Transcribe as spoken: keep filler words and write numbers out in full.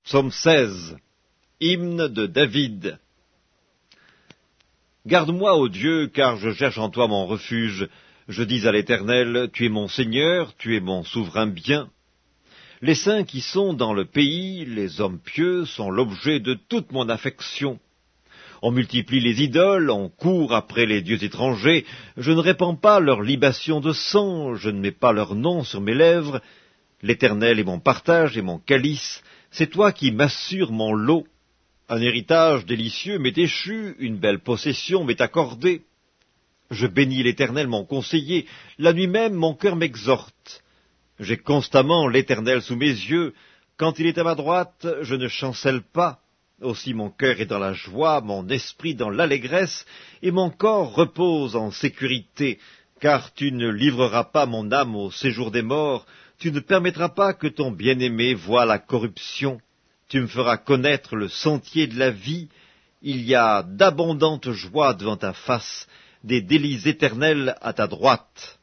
Psaume seize. Hymne de David. Garde-moi, ô Dieu, car je cherche en toi mon refuge. Je dis à l'Éternel, tu es mon Seigneur, tu es mon souverain bien. Les saints qui sont dans le pays, les hommes pieux, sont l'objet de toute mon affection. On multiplie les idoles, on court après les dieux étrangers, je ne répands pas leur libation de sang, je ne mets pas leur nom sur mes lèvres. L'Éternel est mon partage et mon calice, c'est toi qui m'assures mon lot. Un héritage délicieux m'est échu, une belle possession m'est accordée. Je bénis l'Éternel mon conseiller, la nuit même mon cœur m'exhorte. J'ai constamment l'Éternel sous mes yeux, quand il est à ma droite, je ne chancelle pas. Aussi mon cœur est dans la joie, mon esprit dans l'allégresse, et mon corps repose en sécurité, car tu ne livreras pas mon âme au séjour des morts, tu ne permettras pas que ton bien-aimé voie la corruption. Tu me feras connaître le sentier de la vie, il y a d'abondantes joies devant ta face, des délices éternels à ta droite.